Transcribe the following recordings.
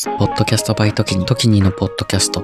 ポッドキャストバイトキニ、トキニのポッドキャスト。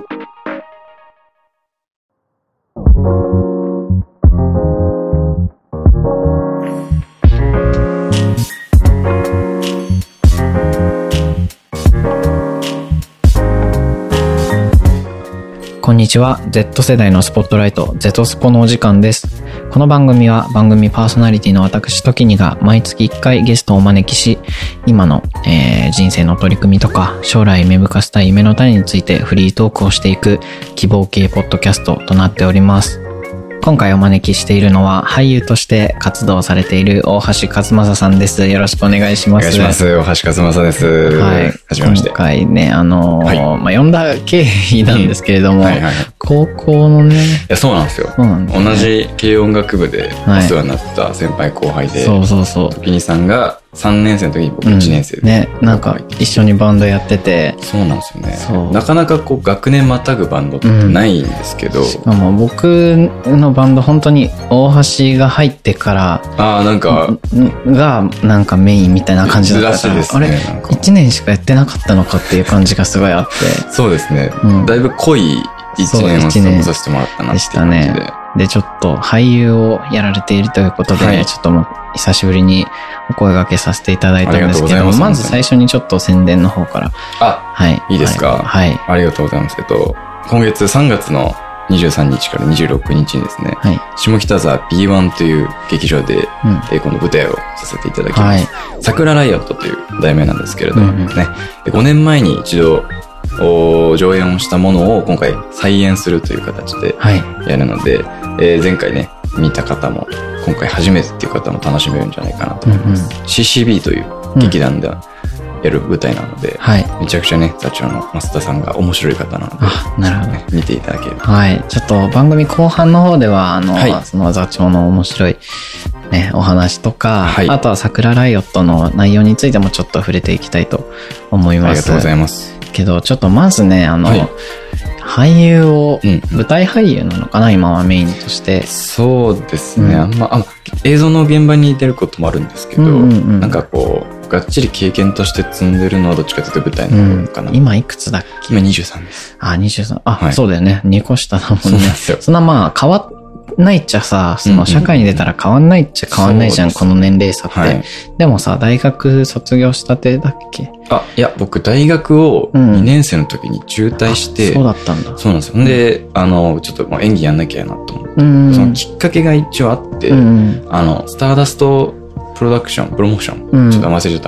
こんにちは。Z 世代のスポットライト、Z スポのお時間です。この番組は番組パーソナリティの私、トキニが毎月1回ゲストをお招きし、今の、人生の取り組みとか、将来芽吹かせたい夢の種についてフリートークをしていく希望系ポッドキャストとなっております。今回お招きしているのは俳優として活動されている大橋和正さんです。よろしくお願いします。 お願いします。大橋和正です。 はい。 はじめまして。 今回ね、 はい、 呼んだ経緯なんですけれども、 はいはいはい、 高校のね。 いや、そうなんですよ。 そうなんですね。 同じ軽音楽部でお世話になった先輩後輩で、 そうそうそう。 時にさんが3年生の時に僕1年生で、 ね、なんか一緒にバンドやってて。 そうなんですよね。 そう。 なかなかこう学年またぐバンドってないんですけど。 しかも僕のバンド本当に大橋が入ってから、 なんか、 がなんかメインみたいな感じだったから、 ですね、 あれ1年しかやってなかったのかっていう感じがすごいあって。 そうですね。だいぶ濃い1年を過ごさせてもらったなっていう感じで。 で、ちょっと俳優をやられているということで、はい、ちょっともう久しぶりにお声掛けさせていただいたんですけども、まず最初にちょっと宣伝の方から。 はい。いいですか？はい。ありがとうございます。今月3月の23日から26日にですね、はい、下北沢 B1 という劇場で、この舞台をさせていただきます。はい、桜ライオットという題名なんですけれどもね、5年前に一度上演をしたものを今回再演するという形でやるので、前回ね見た方も今回初めてっていう方も楽しめるんじゃないかなと思います。CCB という劇団でやる舞台なので、めちゃくちゃね座長の増田さんが面白い方なので、なるほどね、見ていただければ。はい。ちょっと番組後半の方ではその座長の面白いねお話とか、あとは桜ライオットの内容についてもちょっと触れていきたいと思います。ありがとうございます。けどちょっとまずね俳優を、舞台俳優なのかな今はメインとして。そうですね。映像の現場に出ることもあるんですけど、なんかこうがっちり経験として積んでるのはどっちかというと舞台なのかな。今いくつだっけ？今23です。23。そうだよね。2個下だもんね。そうなんですよ。そんな変わないっちゃさ、その社会に出たら変わんないっちゃ変わんないじゃん、この年齢差って。でもさ、大学卒業したてだっけ？いや、僕大学を2年生の時に中退して、そうだったんだ。そうなんですよ。で、ちょっともう演技やんなきゃなと思って、そのきっかけが一応あって、スターダストプロモーション、ちょっと忘れちゃった。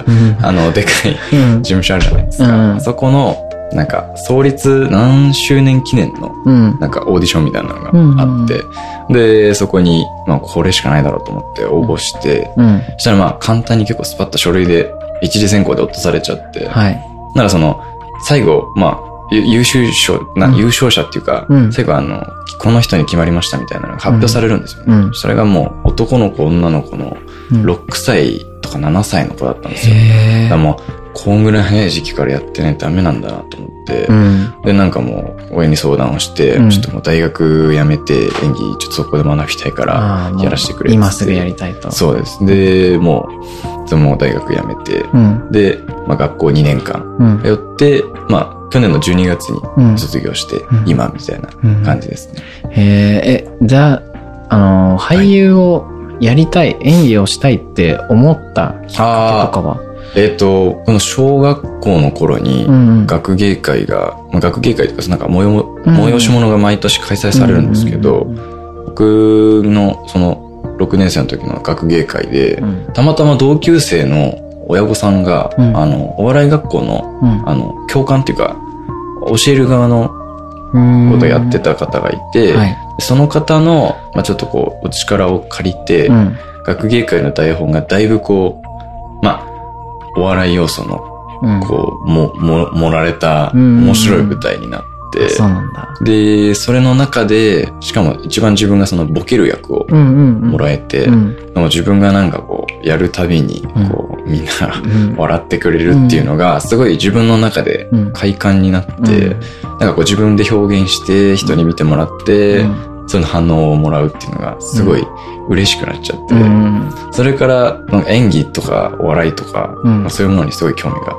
でかい事務所あるじゃないですか。そこの、なんか、創立何周年記念の、なんかオーディションみたいなのがあって、で、そこに、これしかないだろうと思って応募して、そしたら簡単に結構スパッと書類で、一次選考で落とされちゃって、なら最後、優勝者っていうか、最後この人に決まりましたみたいなのが発表されるんですよね。それがもう男の子、女の子の6歳とか7歳の子だったんですよ。だからもう、こんぐらい早い時期からやってないとダメなんだなと思って、で、なんかもう、親に相談をして、ちょっともう大学辞めて演技、ちょっとそこで学びたいから、やらせてくれって。今すぐやりたいと。そうです。で、もう大学辞めて、で、学校2年間通って、去年の12月に卒業して、今みたいな感じですね。じゃあ、俳優をやりたい、演技をしたいって思ったきっかけとかは？この小学校の頃に学芸会が、学芸会とかなんか催し物が毎年開催されるんですけど、僕のその6年生の時の学芸会で、たまたま同級生の親御さんが、お笑い学校の、教官っていうか、教える側のことをやってた方がいて、その方の、ちょっとこう、お力を借りて、学芸会の台本がだいぶこう、お笑い要素の、こう、盛られた面白い舞台になって、そうなんだ。で、それの中で、しかも一番自分がそのボケる役をもらえて、でも自分がなんかこう、やるたびに、こう、みんな笑ってくれるっていうのが、すごい自分の中で快感になって、なんかこう自分で表現して人に見てもらって、その反応をもらうっていうのがすごい嬉しくなっちゃって、それから演技とかお笑いとか、そういうものにすごい興味が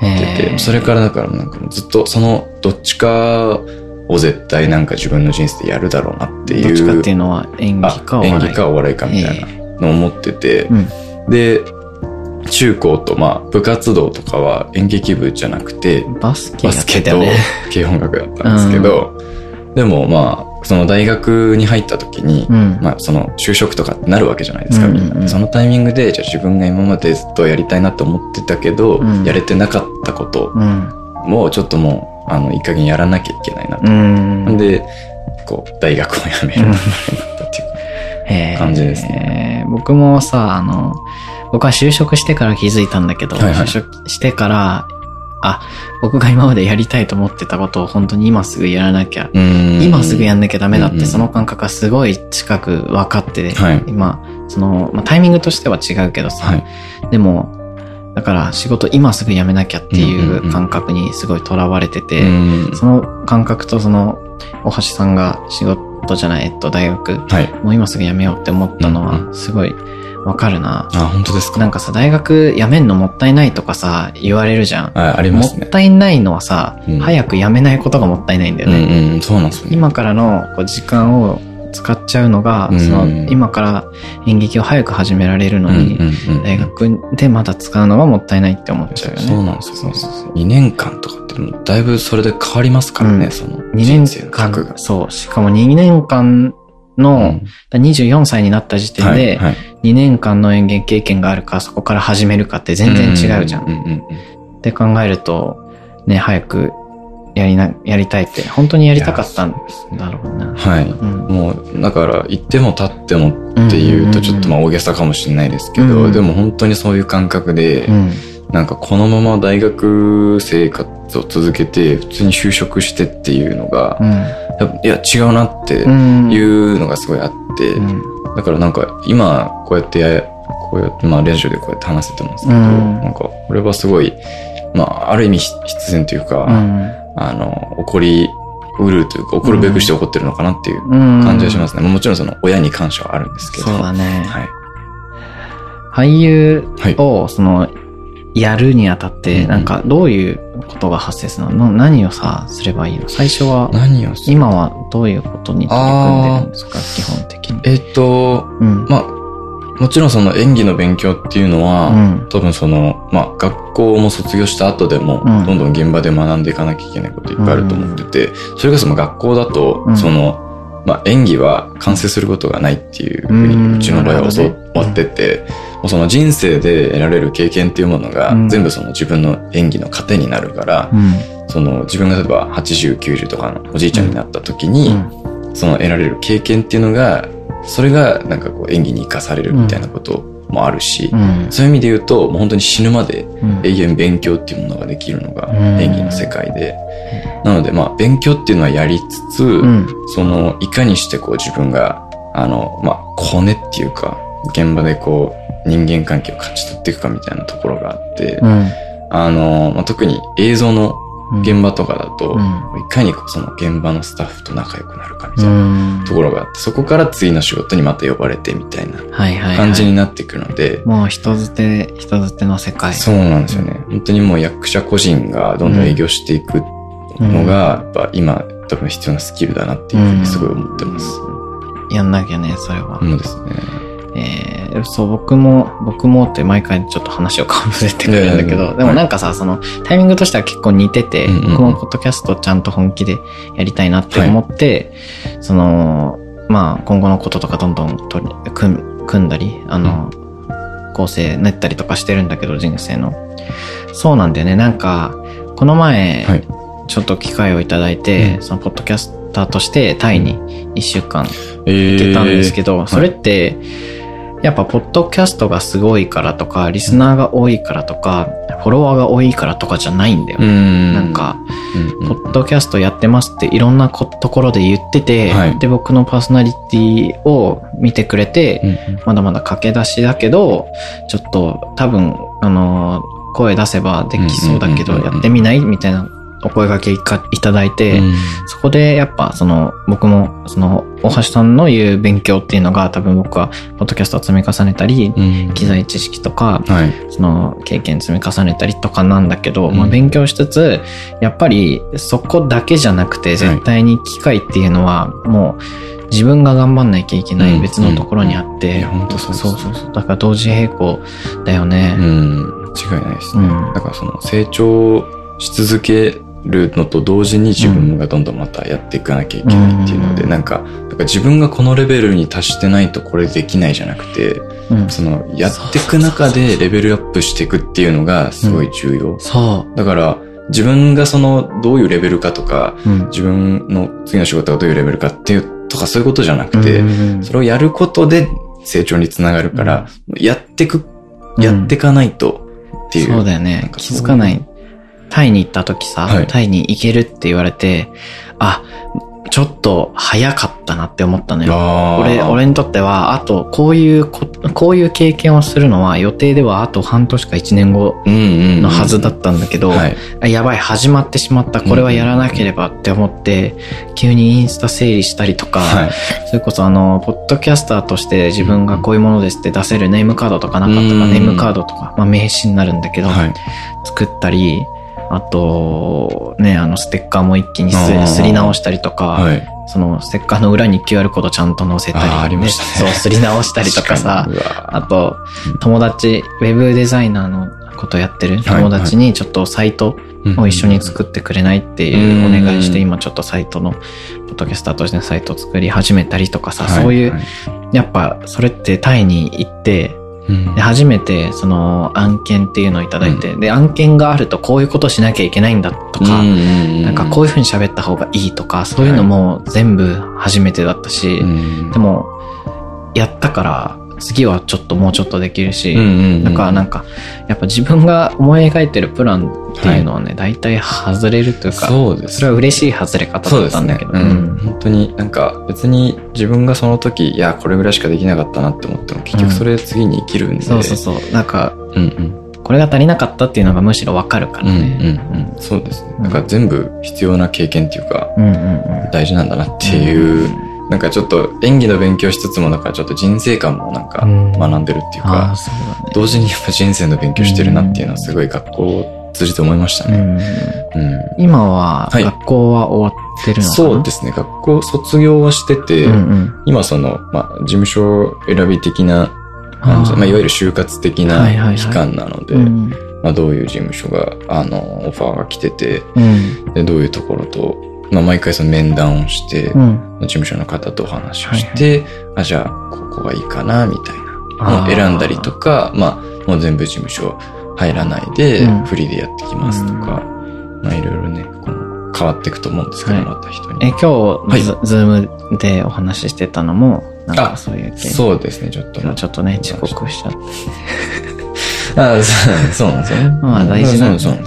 ってて、それからだからなんかずっとそのどっちかを絶対なんか自分の人生でやるだろうなっていう。 どっちかっていうのは演技かお笑い。 演技かお笑いかみたいなのを思ってて、で、中高と部活動とかは演劇部じゃなくて、 バスケと軽音楽だったんですけど、でもその大学に入った時に、その就職とかってなるわけじゃないですか、みんな。そのタイミングで、じゃあ自分が今までずっとやりたいなと思ってたけど、やれてなかったこともうちょっともう、いい加減やらなきゃいけないなと。で、大学を辞めるようになったっていう感じですね。 僕もさ、僕は就職してから気づいたんだけど、就職してから、僕が今までやりたいと思ってたことを本当に今すぐやらなきゃ、今すぐやんなきゃダメだって、その感覚がすごい近く分かって、今、タイミングとしては違うけどさ、でも、だから仕事今すぐ辞めなきゃっていう感覚にすごい囚われてて、その感覚と大橋さんが仕事じゃない、大学、もう今すぐ辞めようって思ったのは、すごい、わかるな。 本当ですか。 なんかさ、大学辞めんのもったいないとかさ、言われるじゃん。 ありますね。 もったいないのはさ、早く辞めないことがもったいないんだよね。 そうなんですよね。 今からの時間を使っちゃうのが、今から演劇を早く始められるのに、大学でまだ使うのがもったいないって思っちゃうよね。 そうなんですよ。2年間とかってだいぶそれで変わりますからね、その人生の格が。 そう。しかも2年間の、24歳になった時点で、2年間の演劇経験があるか、そこから始めるかって全然違うじゃん。って考えると、ね、早くやりたいって、本当にやりたかったんだろうな。もう、だから、行っても立ってもっていうと、ちょっと大げさかもしれないですけど、でも本当にそういう感覚で、なんかこのまま大学生活を続けて、普通に就職してっていうのが、いや、違うなっていうのがすごいあって、だからなんか今、こうやってラジオでこうやって話せてますけど、なんか、これはすごい、ある意味必然というか、起こりうるというか、起こるべくして起こってるのかなっていう感じがしますね。もちろんその親に感謝はあるんですけど。そうだね。俳優を、やるにあたって、なんか、どういうことが発生するの？何をすればいいの？最初は、今はどういうことに取り組んでるんですか？基本的に。 もちろんその演技の勉強っていうのは、多分学校も卒業した後でも、どんどん現場で学んでいかなきゃいけないこといっぱいあると思ってて、それこそ学校だと、演技は完成することがないっていうふうに、うちの場合は教わってて、その人生で得られる経験っていうものが、全部自分の演技の糧になるから、自分が例えば80、90とかのおじいちゃんになった時に、その得られる経験っていうのが、それがなんか演技に生かされるみたいなこともあるし、そういう意味で言うと、もう本当に死ぬまで永遠勉強っていうものができるのが演技の世界で、なので勉強っていうのはやりつつ、いかにして自分が、コネっていうか、現場で人間関係を勝ち取っていくかみたいなところがあって、特に映像の現場とかだと、いかにその現場のスタッフと仲良くなるかみたいなところがあって、そこから次の仕事にまた呼ばれてみたいな感じになっていくので、 もう人づての世界。 そうなんですよね。本当にもう役者個人がどんどん営業していくのが、やっぱ今多分必要なスキルだなっていうふうにすごい思ってます。 やんなきゃね、それは。 そうですね。 そう、僕もって毎回ちょっと話をかぶせてくるんだけど、でもなんかさ、タイミングとしては結構似てて、僕もポッドキャストちゃんと本気でやりたいなって思って、今後のこととかどんどん組んだり、構成練ったりとかしてるんだけど、人生の。そうなんだよね。なんか、この前、ちょっと機会をいただいて、そのポッドキャスターとしてタイに1週間行ってたんですけど、それって、やっぱポッドキャストがすごいからとか、リスナーが多いからとか、フォロワーが多いからとかじゃないんだよ。なんか、ポッドキャストやってますっていろんなところで言ってて、で、僕のパーソナリティを見てくれて、まだまだ駆け出しだけど、ちょっと多分、声出せばできそうだけど、やってみないみたいなお声掛けいただいて、そこでやっぱ僕も大橋さんの言う勉強っていうのが多分僕はポッドキャストを積み重ねたり、機材知識とか、その経験積み重ねたりとかなんだけど、勉強しつつ、やっぱりそこだけじゃなくて絶対に機械っていうのはもう自分が頑張んなきゃいけない別のところにあって、 本当そう。 だから同時並行だよね。 間違いないですね。だから成長し続けるのと同時に自分がどんどんまたやっていかなきゃいけないっていうので、なんか自分がこのレベルに達してないとこれできないじゃなくて、やっていく中でレベルアップしていくっていうのがすごい重要。だから自分がどういうレベルかとか、自分の次の仕事がどういうレベルかっていうとかそういうことじゃなくて、それをやることで成長につながるから、やっていかないとっていう。 そうだよね。気づかない。タイに行った時さ、タイに行けるって言われて、ちょっと早かったなって思ったのよ。俺にとっては、あと、こういう経験をするのは予定ではあと半年か1年後のはずだったんだけど、やばい、始まってしまった、これはやらなければって思って、急にインスタ整理したりとか、それこそポッドキャスターとして自分がこういうものですって出せるネームカードとかなかったか、ネームカードとか、名刺になるんだけど、作ったり、あと、ね、ステッカーも一気にすり直したりとか、そのステッカーの裏に QR コードちゃんと載せたり、そう、すり直したりとかさ、あと、友達、ウェブデザイナーのことやってる友達にちょっとサイトを一緒に作ってくれないっていうお願いして、今ちょっとサイトの、ポッドキャスターとしてサイトを作り始めたりとかさ、そういう、やっぱそれってタイに行って、で初めて案件っていうのをいただいて、で案件があるとこういうことしなきゃいけないんだとか、なんかこういうふうに喋った方がいいとか、そういうのも全部初めてだったし、でもやったから次はちょっともうちょっとできるし、だからなんかやっぱ自分が思い描いてるプランっていうのはね、大体外れるというか、それは嬉しい外れ方だったんだけど、 本当になんか別に自分がその時、いやこれぐらいしかできなかったなって思っても結局それ次に生きるんで、 なんか、これが足りなかったっていうのがむしろわかるからね。 そうですね。なんか全部必要な経験っていうか、大事なんだなっていう、なんかちょっと演技の勉強しつつも、なんかちょっと人生観もなんか学んでるっていうか、同時にやっぱ人生の勉強してるなっていうのはすごい学校を通じて思いましたね。 今は学校は終わってるのかな？ そうですね。学校卒業はしてて、今事務所選び的な感じ、いわゆる就活的な期間なので、どういう事務所が、オファーが来てて、でどういうところと、毎回その面談をして、事務所の方とお話をして、じゃあ、ここがいいかな、みたいな。選んだりとか、もう全部事務所入らないで、フリーでやってきますとか、いろいろね、変わっていくと思うんですけど、また人に。 今日、ズームでお話ししてたのも、なんかそういう系。 そうですね、ちょっとね、 遅刻しちゃって。 そうなんですよね。 大事なんですよね。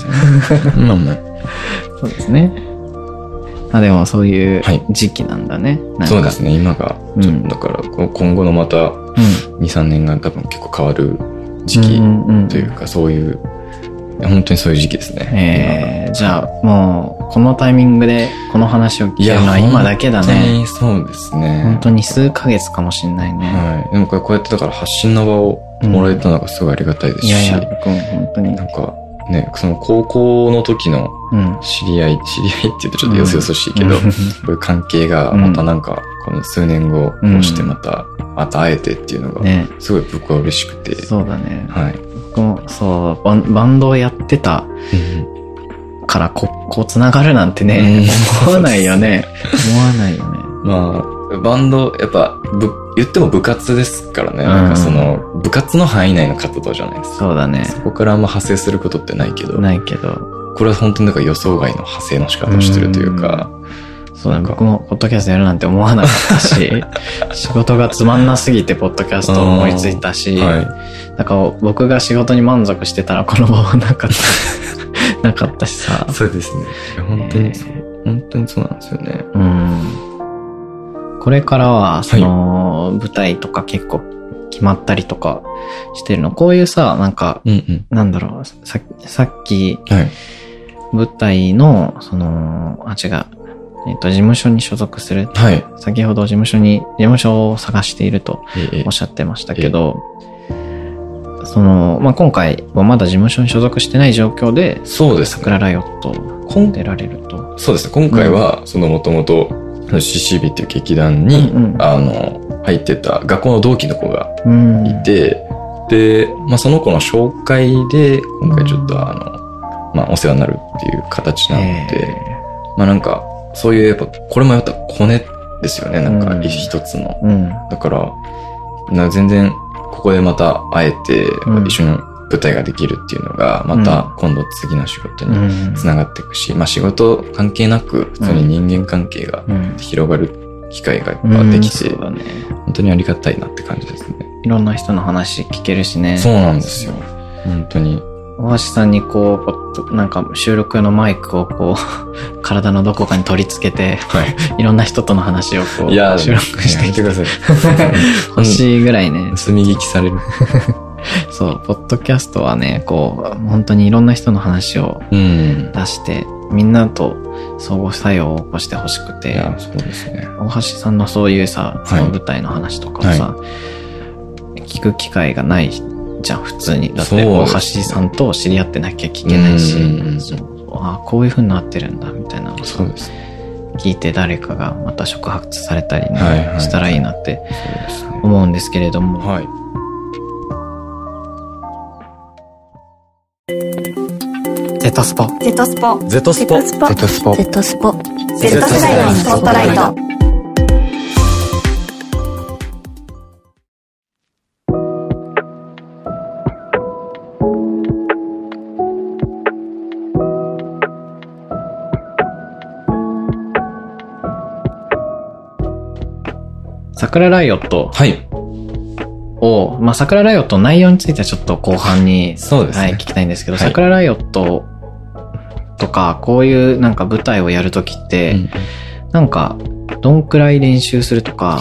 そうですね。でもそういう時期なんだね。 そうですね、今が。だから今後のまた2、3年が多分結構変わる時期というか、そういう、本当にそういう時期ですね。 じゃあもう、このタイミングでこの話を聞けるのは今だけだね。 本当にそうですね。 本当に数ヶ月かもしれないね。 でもこうやってだから発信の場をもらえたのがすごいありがたいですし。 僕も本当に。 なんか、ね、その高校の時の知り合いって言うとちょっとよそよそしいけど、こういう関係がまたなんか、この数年後、こうしてまた会えてっていうのが、すごい僕は嬉しくて。 そうだね。僕もそう、バンドをやってたからこう繋がるなんてね、思わないよね。思わないよね。 バンド、やっぱ、言っても部活ですからね。なんかその、部活の範囲内の活動じゃないですか。 そうだね。 そこからあんま派生することってないけど。 これは本当になんか予想外の派生の仕方をしてるというか。 そうだね。僕もポッドキャストやるなんて思わなかったし、仕事がつまんなすぎてポッドキャストを思いついたし、だから僕が仕事に満足してたらこの場はなかったしさ。 そうですね。本当にそう。本当にそうなんですよね。 これからは、舞台とか結構決まったりとかしてるの。こういうさ、なんか、なんだろう、さっき、 舞台の、違う。事務所に所属する。 はい。 先ほど事務所を探しているとおっしゃってましたけど、今回はまだ事務所に所属してない状況で、 そうですね。 桜ライオット出られると。 そうですね。今回は、もともと CCB っていう劇団に、入ってた学校の同期の子がいて、で、その子の紹介で、今回ちょっとお世話になるっていう形なので、なんか、そういうやっぱ、これもやっぱコネですよね、なんか一つの。だから、全然、ここでまた会えて、一緒に舞台ができるっていうのが、また今度次の仕事につながっていくし、仕事関係なく、普通に人間関係が広がる機会がやっぱできて、本当にありがたいなって感じですね。 いろんな人の話聞けるしね。 そうなんですよ。本当に。 大橋さんになんか収録用のマイクを体のどこかに取り付けて、いろんな人との話を収録してみてください。 欲しいぐらいね。 盗み聞きされる。 そう、ポッドキャストはね、本当にいろんな人の話を出して、みんなと相互作用を起こしてほしくて、 そうですね。 大橋さんのそういうさ、その舞台の話とかをさ、聞く機会がないじゃん、普通に。だって、大橋さんと知り合ってなきゃ聞けないし、こういう風になってるんだ、みたいなのを聞いて誰かがまた触発されたりしたらいいなって思うんですけれども。Zスポ。 Zスポ。Zスポ。Zスポ。 Zスポ。Z世代のスポットライト。 桜ライオットを、桜ライオットの内容についてはちょっと後半に、 そうですね。 聞きたいんですけど、桜ライオットとか、こういうなんか舞台をやるときって、なんか、どんくらい練習するとか。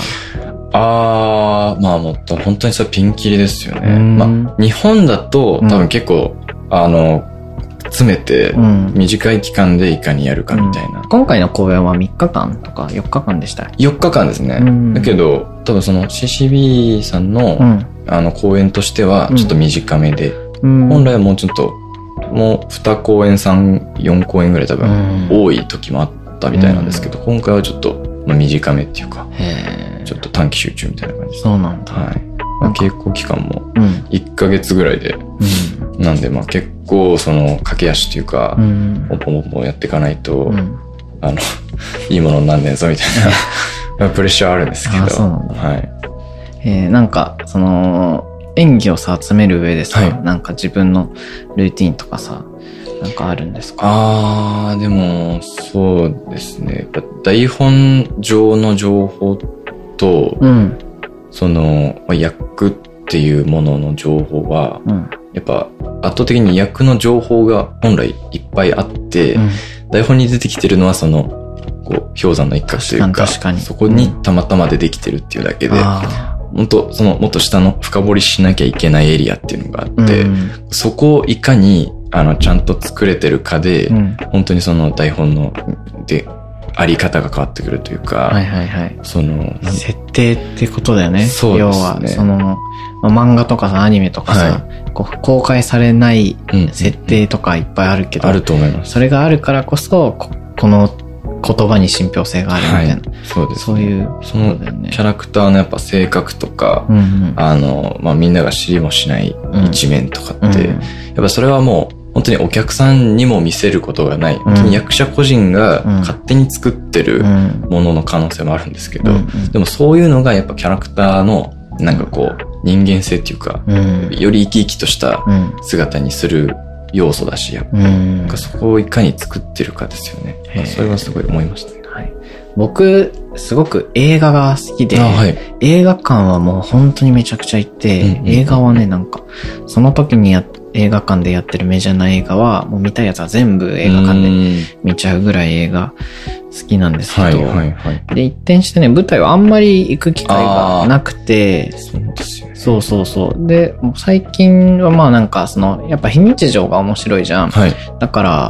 もっと本当にピンキリですよね。日本だと多分結構、詰めて、短い期間でいかにやるかみたいな。 今回の公演は3日間とか4日間でした ?4 日間ですね。だけど、多分CCB さんの、公演としてはちょっと短めで、本来はもうちょっと、もう2公演3、4公演ぐらい多分多い時もあったみたいなんですけど、今回はちょっと短めっていうか、ちょっと短期集中みたいな感じです。 そうなんだ。 稽古期間も1ヶ月ぐらいで、なんで結構駆け足っていうか、ポンポンポンやっていかないと、いいものになんねんぞみたいなプレッシャーあるんですけど。 そうなんだ。なんか演技を集める上でさ、なんか自分のルーティンとかさ、なんかあるんですか？ でもそうですね。やっぱ台本上の情報と、役っていうものの情報は、やっぱ圧倒的に役の情報が本来いっぱいあって、台本に出てきてるのは氷山の一角というか、そこにたまたま出てきてるっていうだけで、本当もっと下の深掘りしなきゃいけないエリアっていうのがあって、そこをいかにちゃんと作れてるかで、本当に台本のあり方が変わってくるというか、 設定ってことだよね。 そうですね。 要は漫画とかさ、アニメとかさ、公開されない設定とかいっぱいあるけど、 あると思います。 それがあるからこそ、この言葉に信憑性があるみたいな。 そうです。 そういう、 キャラクターのやっぱ性格とか、みんなが知りもしない一面とかって、やっぱそれはもう、本当にお客さんにも見せることがない。本当に役者個人が勝手に作ってるものの可能性もあるんですけど、でもそういうのがやっぱキャラクターのなんか人間性っていうか、より生き生きとした姿にする要素だし、やっぱそこをいかに作ってるかですよね。それはすごい思いましたね。 僕、すごく映画が好きで、映画館はもう本当にめちゃくちゃ行って、映画はね、なんか、その時に映画館でやってるメジャーな映画は、もう見たいやつは全部映画館で見ちゃうぐらい映画好きなんですけど、で、一転してね、舞台はあんまり行く機会がなくて、 そうですよね。 そう。で、最近はなんかやっぱ非日常が面白いじゃん。だから、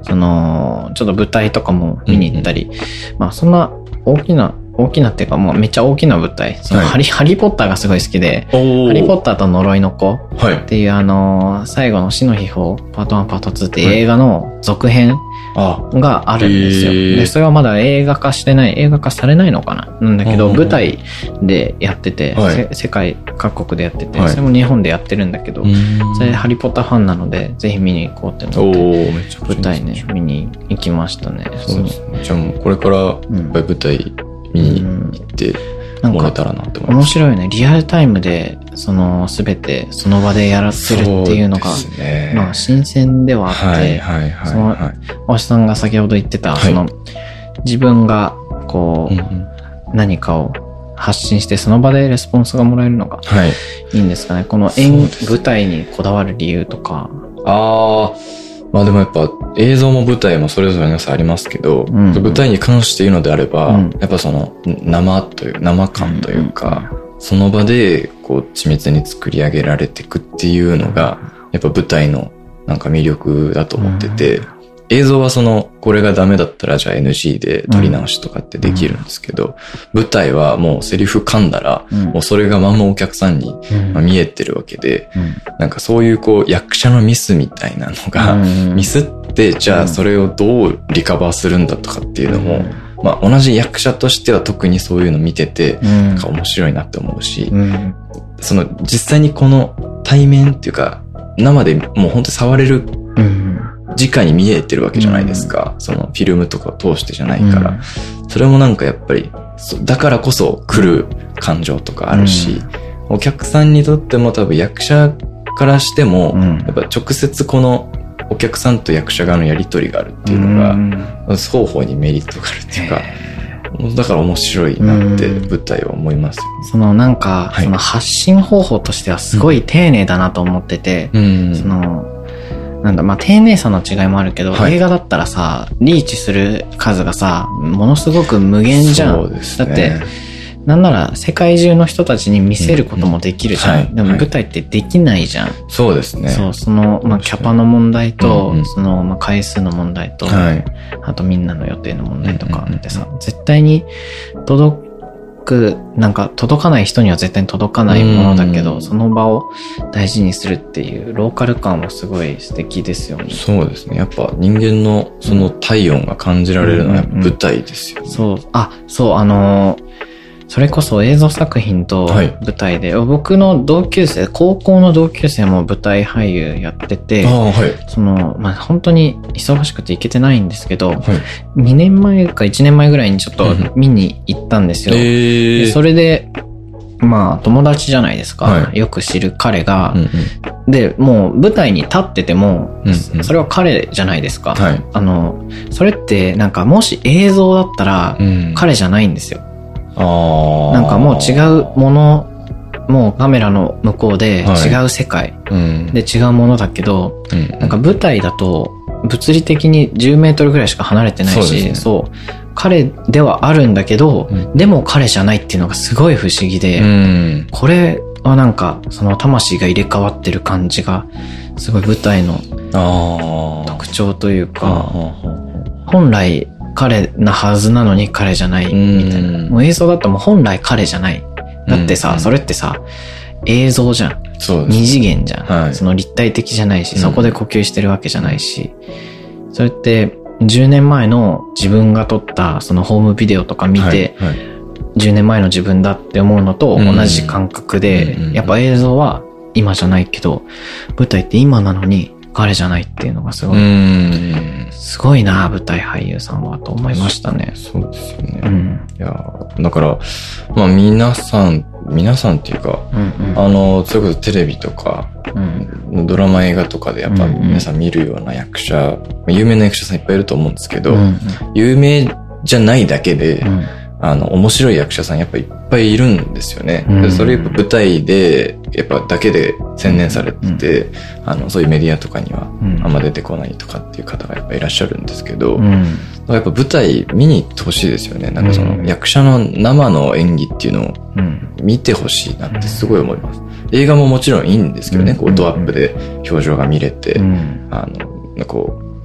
ちょっと舞台とかも見に行ったり、まあそんな大きなっていうか、もうめっちゃ大きな舞台。ハリーポッターがすごい好きで、ハリーポッターと呪いの子っていう最後の死の秘宝、パート1、パート2っていう映画の続編があるんですよ。で、それはまだ映画化されないのかななんだけど、舞台でやってて、世界各国でやってて、それも日本でやってるんだけど、それハリーポッターファンなので、ぜひ見に行こうって思って、舞台ね、見に行きましたね。 そうですね。じゃあもうこれからいっぱい舞台見に行ってもらえたらなって思います。 面白いね。リアルタイムで、すべてその場でやらせるっていうのが、まあ新鮮ではあって、大橋さんが先ほど言ってた、自分がこう、何かを発信してその場でレスポンスがもらえるのがいいんですかね。この舞台にこだわる理由とか。 まあでもやっぱ映像も舞台もそれぞれの良さありますけど、舞台に関して言うのであれば、やっぱその生感というか、その場でこう緻密に作り上げられていくっていうのが、やっぱ舞台のなんか魅力だと思ってて、映像はこれがダメだったらじゃあ NG で撮り直しとかってできるんですけど、舞台はもうセリフ噛んだら、もうそれがまんまお客さんに見えてるわけで、なんかそういうこう役者のミスみたいなのが、ミスってじゃあそれをどうリカバーするんだとかっていうのも、まあ同じ役者としては特にそういうの見てて、面白いなって思うし、実際にこの対面っていうか、生でもう本当に触れる、直に見えてるわけじゃないですか。そのフィルムとかを通してじゃないから。それもなんかやっぱり、だからこそ来る感情とかあるし、お客さんにとっても多分役者からしても、やっぱ直接このお客さんと役者側のやりとりがあるっていうのが、双方にメリットがあるっていうか、だから面白いなって舞台は思いますよね。 なんか、その発信方法としてはすごい丁寧だなと思ってて、まあ、丁寧さの違いもあるけど、映画だったらさ、リーチする数がさ、ものすごく無限じゃん。そうですね。だって、なんなら世界中の人たちに見せることもできるじゃん。でも舞台ってできないじゃん。 そうですね。 まあ、キャパの問題と、まあ、回数の問題と、あとみんなの予定の問題とかってさ、絶対に届かない人には絶対に届かないものだけど、その場を大事にするっていうローカル感もすごい素敵ですよね。 そうですね。やっぱ人間のその体温が感じられるのはやっぱ舞台ですよね。 それこそ映像作品と舞台で、僕の高校の同級生も舞台俳優やってて、まあ、本当に忙しくて行けてないんですけど、2年前か1年前ぐらいにちょっと見に行ったんですよ。でそれで、まあ、友達じゃないですか。よく知る彼が、で、もう舞台に立ってても、それは彼じゃないですか。それってなんかもし映像だったら、彼じゃないんですよ。なんかもう違うもの、もうカメラの向こうで違う世界で違うものだけど、なんか舞台だと物理的に10メートルぐらいしか離れてないし、彼ではあるんだけど、でも彼じゃないっていうのがすごい不思議で、これはなんかその魂が入れ替わってる感じがすごい舞台の特徴というか、本来彼なはずなのに彼じゃないみたいな。もう映像だともう本来彼じゃない。だってさ、それってさ、映像じゃん。二次元じゃん。その立体的じゃないし、そこで呼吸してるわけじゃないし。それって10年前の自分が撮ったそのホームビデオとか見て、10年前の自分だって思うのと同じ感覚で、やっぱ映像は今じゃないけど、舞台って今なのに、彼じゃないっていうのがすごい、すごいな、舞台俳優さんはと思いましたね。 そうですよね。いや、だから、まあ皆さんっていうか、それこそテレビとか、ドラマ映画とかでやっぱ皆さん見るような役者、有名な役者さんいっぱいいると思うんですけど、有名じゃないだけで、面白い役者さんやっぱいっぱいいるんですよね。それやっぱ舞台で、やっぱだけで専念されてて、そういうメディアとかにはあんま出てこないとかっていう方がやっぱいらっしゃるんですけど、やっぱ舞台見に行ってほしいですよね。なんかその役者の生の演技っていうのを見てほしいなってすごい思います。映画ももちろんいいんですけどね、こうドアップで表情が見れて、こう、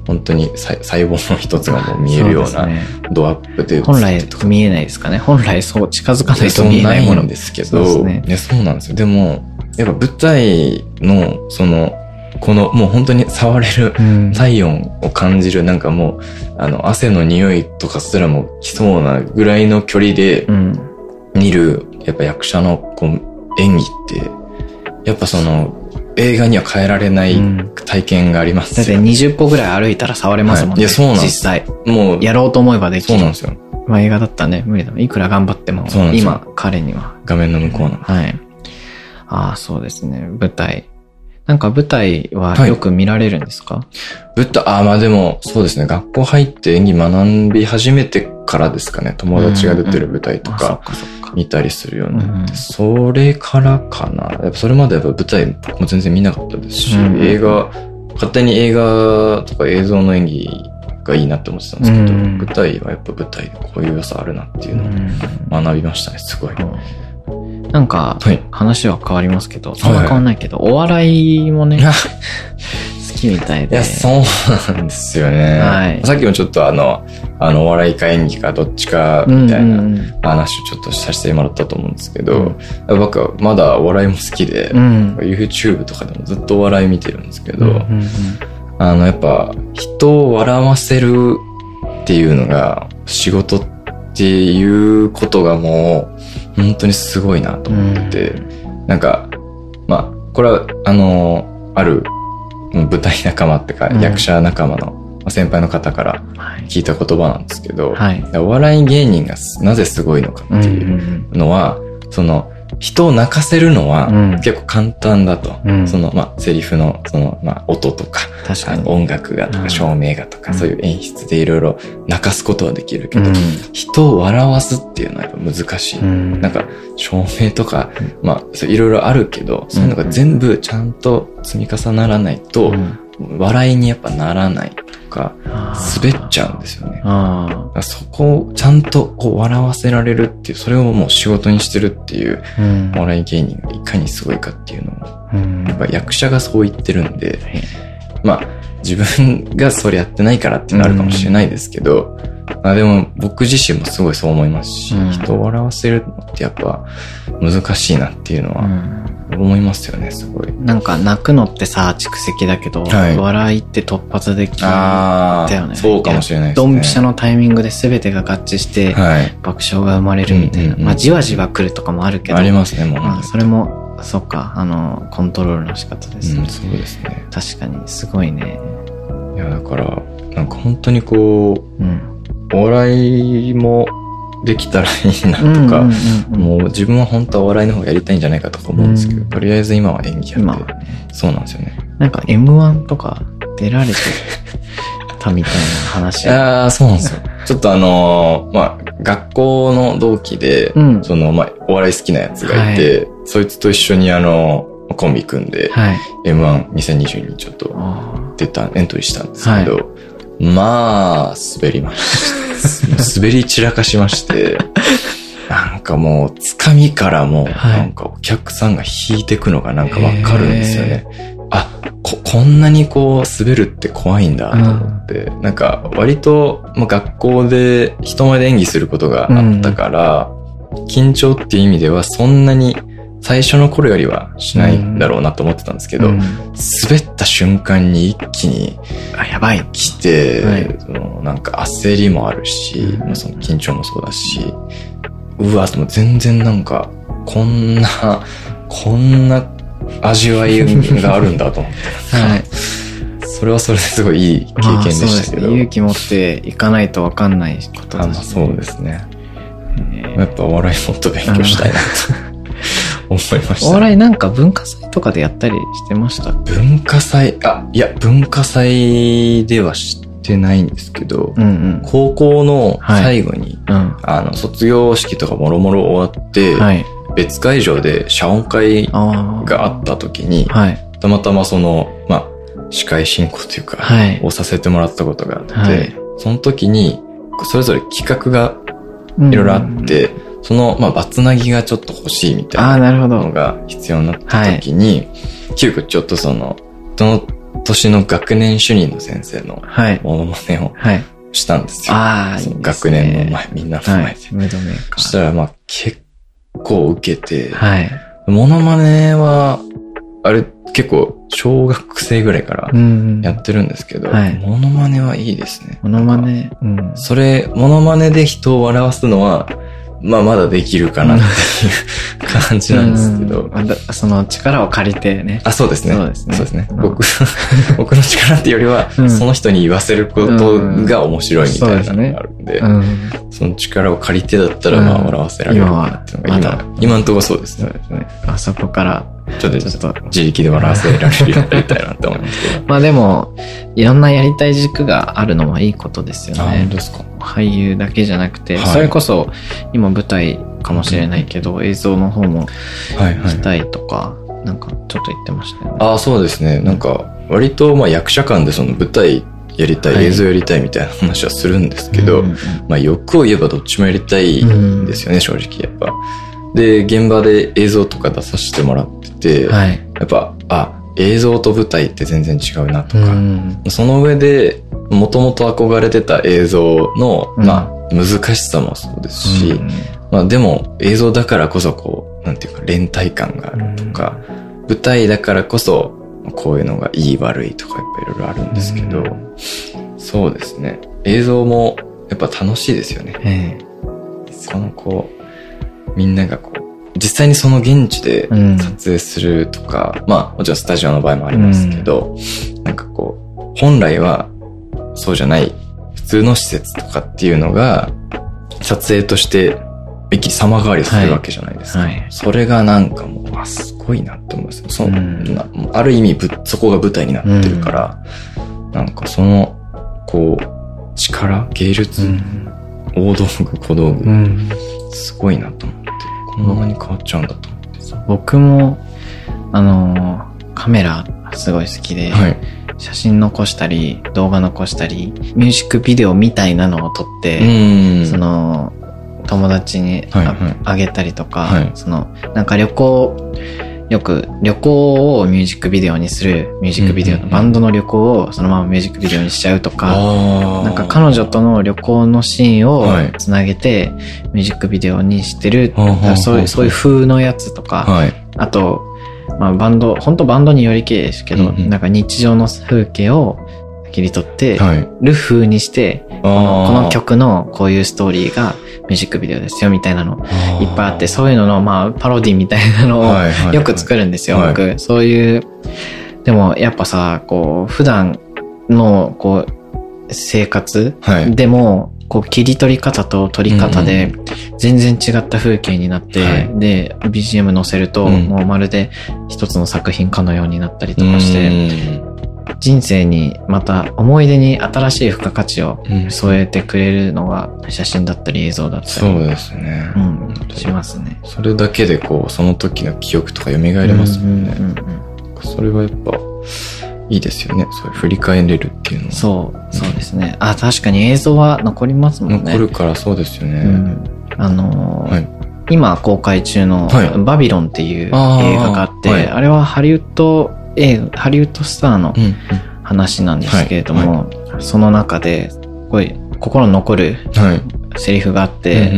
本当に細胞の一つがもう見えるようなドアップで。 本来見えないですかね。本来そう近づかないと見えないものなんですけど、そうなんですよ。でも、やっぱ舞台の、このもう本当に触れる体温を感じる、なんかもう、汗の匂いとかすらも来そうなぐらいの距離で見る、やっぱ役者のこう演技って、やっぱ映画には変えられない体験がありますよ、 だって20歩ぐらい歩いたら触れますもんね。 いや、そうなんです。 実際。もう、やろうと思えばできる。 そうなんですよ。 まあ映画だったらね、無理だもん。いくら頑張っても、今、彼には。 画面の向こうなんです。 はい。ああ、そうですね。舞台。なんか舞台はよく見られるんですか？ まあでも、そうですね。学校入って演技学び始めてからですかね。友達が出てる舞台とか見たりするようになって、それからかな。やっぱそれまでやっぱ舞台僕も全然見なかったですし、勝手に映画とか映像の演技がいいなって思ってたんですけど、舞台はやっぱ舞台でこういう良さあるなっていうのを学びましたね、すごい。 なんか、話は変わりますけど、そんな変わんないけど、お笑いもね、好きみたいで。 いや、そうなんですよね。はい。さっきもちょっとお笑いか演技かどっちかみたいな話をちょっとさせてもらったと思うんですけど、僕はまだお笑いも好きで、YouTube とかでもずっとお笑い見てるんですけど、やっぱ人を笑わせるっていうのが仕事っていうことがもう本当にすごいなと思ってて、なんか、まあ、これはある舞台仲間ってか、役者仲間の先輩の方から聞いた言葉なんですけど、お笑い芸人がなぜすごいのかっていうのは、人を泣かせるのは結構簡単だと。セリフの、音とか、音楽がとか、照明がとか、そういう演出でいろいろ泣かすことはできるけど、人を笑わすっていうのはやっぱ難しい。なんか、照明とか、いろいろあるけど、そういうのが全部ちゃんと積み重ならないと、笑いにやっぱならないとか、滑っちゃうんですよね。そこをちゃんとこう笑わせられるっていう、それをもう仕事にしてるっていう、お笑い芸人がいかにすごいかっていうのを、やっぱ役者がそう言ってるんで、自分がそれやってないからっていうのあるかもしれないですけど、でも僕自身もすごいそう思いますし、人を笑わせるのってやっぱ難しいなっていうのは思いますよね、すごい。 なんか泣くのってさ、蓄積だけど、笑いって突発的だよね。 そうかもしれないですね。 ドンピシャのタイミングで全てが合致して、爆笑が生まれるみたいな。じわじわ来るとかもあるけど。 ありますね、もう。 それも、そっか、コントロールの仕方ですね。 そうですね。 確かに、すごいね。 いや、だから、なんか本当にこう、お笑いもできたらいいなとか、もう自分は本当はお笑いの方がやりたいんじゃないかとか思うんですけど、とりあえず今は演技やって、そうなんですよね。 なんか M1 とか出られてたみたいな話。 そうなんですよ。ちょっと学校の同期で、お笑い好きなやつがいて、そいつと一緒にコンビ組んで、M12020 にちょっとエントリーしたんですけど、滑りました。滑り散らかしまして、なんかもう、つかみからも、なんかお客さんが引いてくのがなんかわかるんですよね。こんなにこう、滑るって怖いんだと思って、なんか割と、学校で人前で演技することがあったから、緊張っていう意味ではそんなに最初の頃よりはしないんだろうなと思ってたんですけど、滑った瞬間に一気にやばい来て、なんか焦りもあるし、その緊張もそうだし、もう全然なんかこんな味わいがあるんだと思って、それはそれですごいいい経験でしたけど、 勇気持っていかないと分かんないことだし、 そうですね。やっぱお笑いもっと勉強したいなと思いました。 お笑いなんか文化祭とかでやったりしてました？ 文化祭、いや、文化祭ではしてないんですけど、高校の最後に、卒業式とかもろもろ終わって、別会場で謝恩会があった時に、たまたま司会進行というか、をさせてもらったことがあって、その時に、それぞれ企画がいろいろあって、バツナギがちょっと欲しいみたいなのが必要になった時に、急遽ちょっとどの年の学年主任の先生のモノマネをしたんですよ。学年の前、みんなの前で。そしたらまあ結構受けて、モノマネは、あれ結構小学生ぐらいからやってるんですけど、モノマネはいいですね。 モノマネ、 モノマネで人を笑わすのは、まあまだできるかなっていう感じなんですけど。 その力を借りてね。 そうですね。そうですね。僕の力っていうよりは、その人に言わせることが面白いみたいなのがあるんで、その力を借りてだったらまあ笑わせられるかなっていうのが今のところそうですね。 そこからちょっと自力で笑わせられるようになりたいなって思いますけど。 まあでも、いろんなやりたい軸があるのはいいことですよね。 本当ですか？ 俳優だけじゃなくて、それこそ今舞台かもしれないけど、映像の方もしたいとか、なんかちょっと言ってましたよね。 そうですね。なんか割とまあ役者間でその舞台やりたい、映像やりたいみたいな話はするんですけど、まあ欲を言えばどっちもやりたいんですよね、正直やっぱ。で、現場で映像とか出させてもらってて、やっぱ、映像と舞台って全然違うなとか、その上で、もともと憧れてた映像の、まあ、難しさもそうですし、まあでも映像だからこそこう、なんていうか連帯感があるとか、舞台だからこそ、こういうのがいい悪いとかやっぱいろいろあるんですけど、そうですね。映像もやっぱ楽しいですよね。このこう、みんながこう、実際にその現地で撮影するとか、まあもちろんスタジオの場合もありますけど、なんかこう、本来はそうじゃない普通の施設とかっていうのが、撮影として一気に様変わりするわけじゃないですか。それがなんかもう、すごいなって思います。ある意味そこが舞台になってるから、なんかその、こう、力、芸術、大道具、小道具、すごいなと思って、こんなに変わっちゃうんだと思って。 僕も、カメラすごい好きで、写真残したり、動画残したり、ミュージックビデオみたいなのを撮って、その、友達にあげたりとか、その、なんかよく旅行をミュージックビデオにする、ミュージックビデオのバンドの旅行をそのままミュージックビデオにしちゃうとか、なんか彼女との旅行のシーンをつなげてミュージックビデオにしてる、そういう風のやつとか、あと、まあ本当バンドによりけりですけど、なんか日常の風景を切り取ってる風にして、この曲のこういうストーリーがミュージックビデオですよみたいなのいっぱいあって、そういうののまあパロディみたいなのをよく作るんですよ、僕。そういう、でもやっぱさ、こう普段のこう生活でもこう切り取り方と撮り方で全然違った風景になって、で BGM 載せるともうまるで一つの作品かのようになったりとかして、人生にまた思い出に新しい付加価値を添えてくれるのが写真だったり映像だったり。 そうですね。 しますね。 それだけでこう、その時の記憶とか蘇りますもんね。それはやっぱいいですよね。そういう振り返れるっていうのは。 そうですね。確かに映像は残りますもんね。 残るからそうですよね。 今公開中のバビロンっていう映画があって、あれはハリウッドスターの話なんですけれども、その中で、すごい心に残るセリフがあって、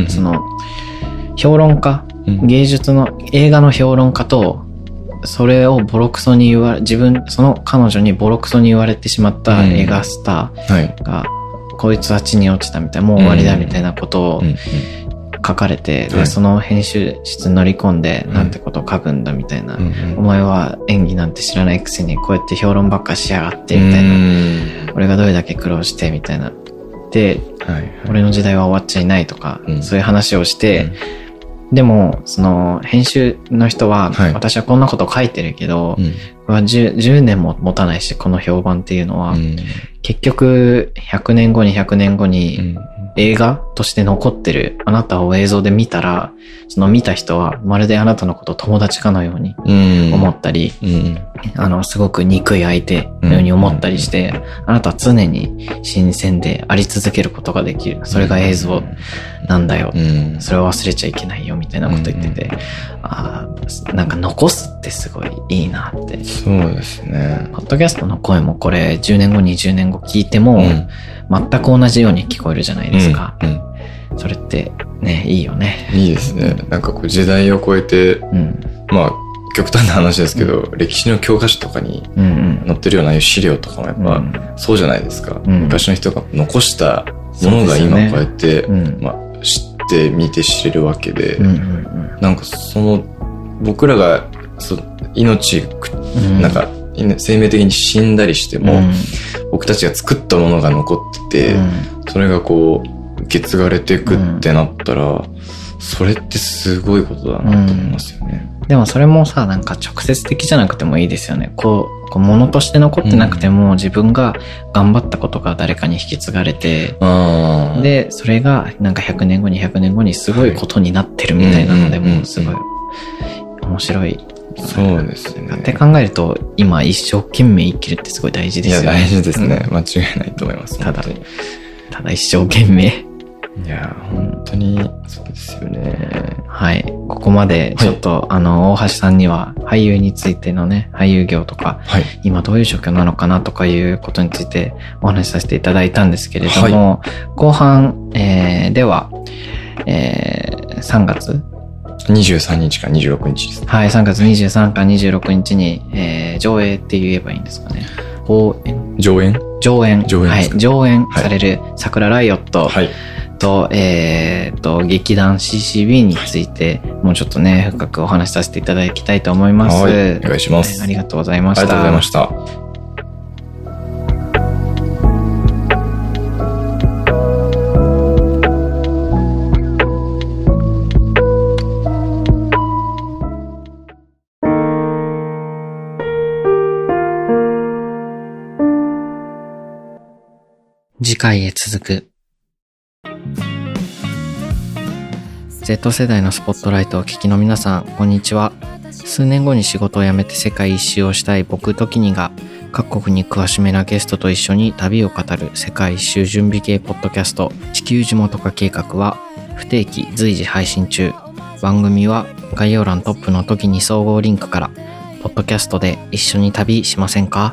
その、評論家、映画の評論家と、それをボロクソにその彼女にボロクソに言われてしまった映画スターが、こいつは地に落ちたみたいな、もう終わりだみたいなことを書かれて、でその編集室に乗り込んで、なんてことを書くんだみたいな、お前は演技なんて知らないくせにこうやって評論ばっかしやがってみたいな、俺がどれだけ苦労してみたいな。で、俺の時代は終わっちゃいないとか、そういう話をして、でも、その、編集の人は、私はこんなこと書いてるけど、これは 10年も持たないし、この評判っていうのは、結局、100年後に映画として残ってるあなたを映像で見たら、その見た人はまるであなたのことを友達かのように思ったり、すごく憎い相手のように思ったりして、あなたは常に新鮮であり続けることができる。それが映像なんだよ。それを忘れちゃいけないよみたいなこと言ってて、なんか残すってすごいいいなって。 そうですね。 ポッドキャストの声もこれ10年後20年後聞いても、全く同じように聞こえるじゃないですか。それってね、いいよね。 いいですね。なんかこう時代を超えて、まあ極端な話ですけど、歴史の教科書とかに載ってるような資料とかもやっぱそうじゃないですか。昔の人が残したものが今こうやって、まあ知って見て知れるわけで、なんかその僕らが命なんか生命的に死んだりしても、僕たちが作ったものが残ってて、それがこう受け継がれていくってなったら、それってすごいことだなと思いますよね。 でもそれもさ、なんか直接的じゃなくてもいいですよね。こう物として残ってなくても、自分が頑張ったことが誰かに引き継がれて、で、それがなんか100年後に100年後にすごいことになってるみたいなのでも、すごい面白い。 そうですね。 って考えると、今一生懸命生きるってすごい大事ですよね。 いや、大事ですね。間違いないと思います。 ただ一生懸命。 いや、本当にそうですよね。 はい。ここまでちょっと、大橋さんには俳優についてのね、俳優業とか、今どういう状況なのかなとかいうことについてお話しさせていただいたんですけれども、後半、では、3月 23日から26日です。 はい、3月23から26日に、上映って言えばいいんですかね。 上演はい、上演される桜ライオットと、劇団 CCB について、もうちょっとね、深くお話しさせていただきたいと思います。 お願いします。 ありがとうございました。 ありがとうございました。 次回へ続く。Z 世代のスポットライトをお聞きの皆さん、こんにちは。数年後に仕事を辞めて世界一周をしたい僕ときにが、各国に詳しめなゲストと一緒に旅を語る世界一周準備系ポッドキャスト、地球地元化計画は不定期随時配信中。番組は概要欄トップの時に総合リンクから、ポッドキャストで一緒に旅しませんか？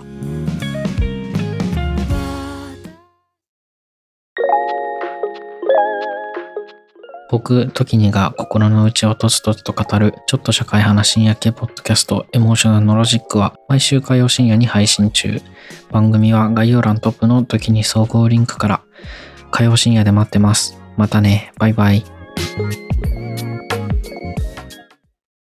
僕、時にが心の内をとつとつと語る、ちょっと社会派な深夜系ポッドキャスト、エモーショナルのロジックは、毎週火曜深夜に配信中。番組は概要欄トップの時に総合リンクから、火曜深夜で待ってます。またね、バイバイ。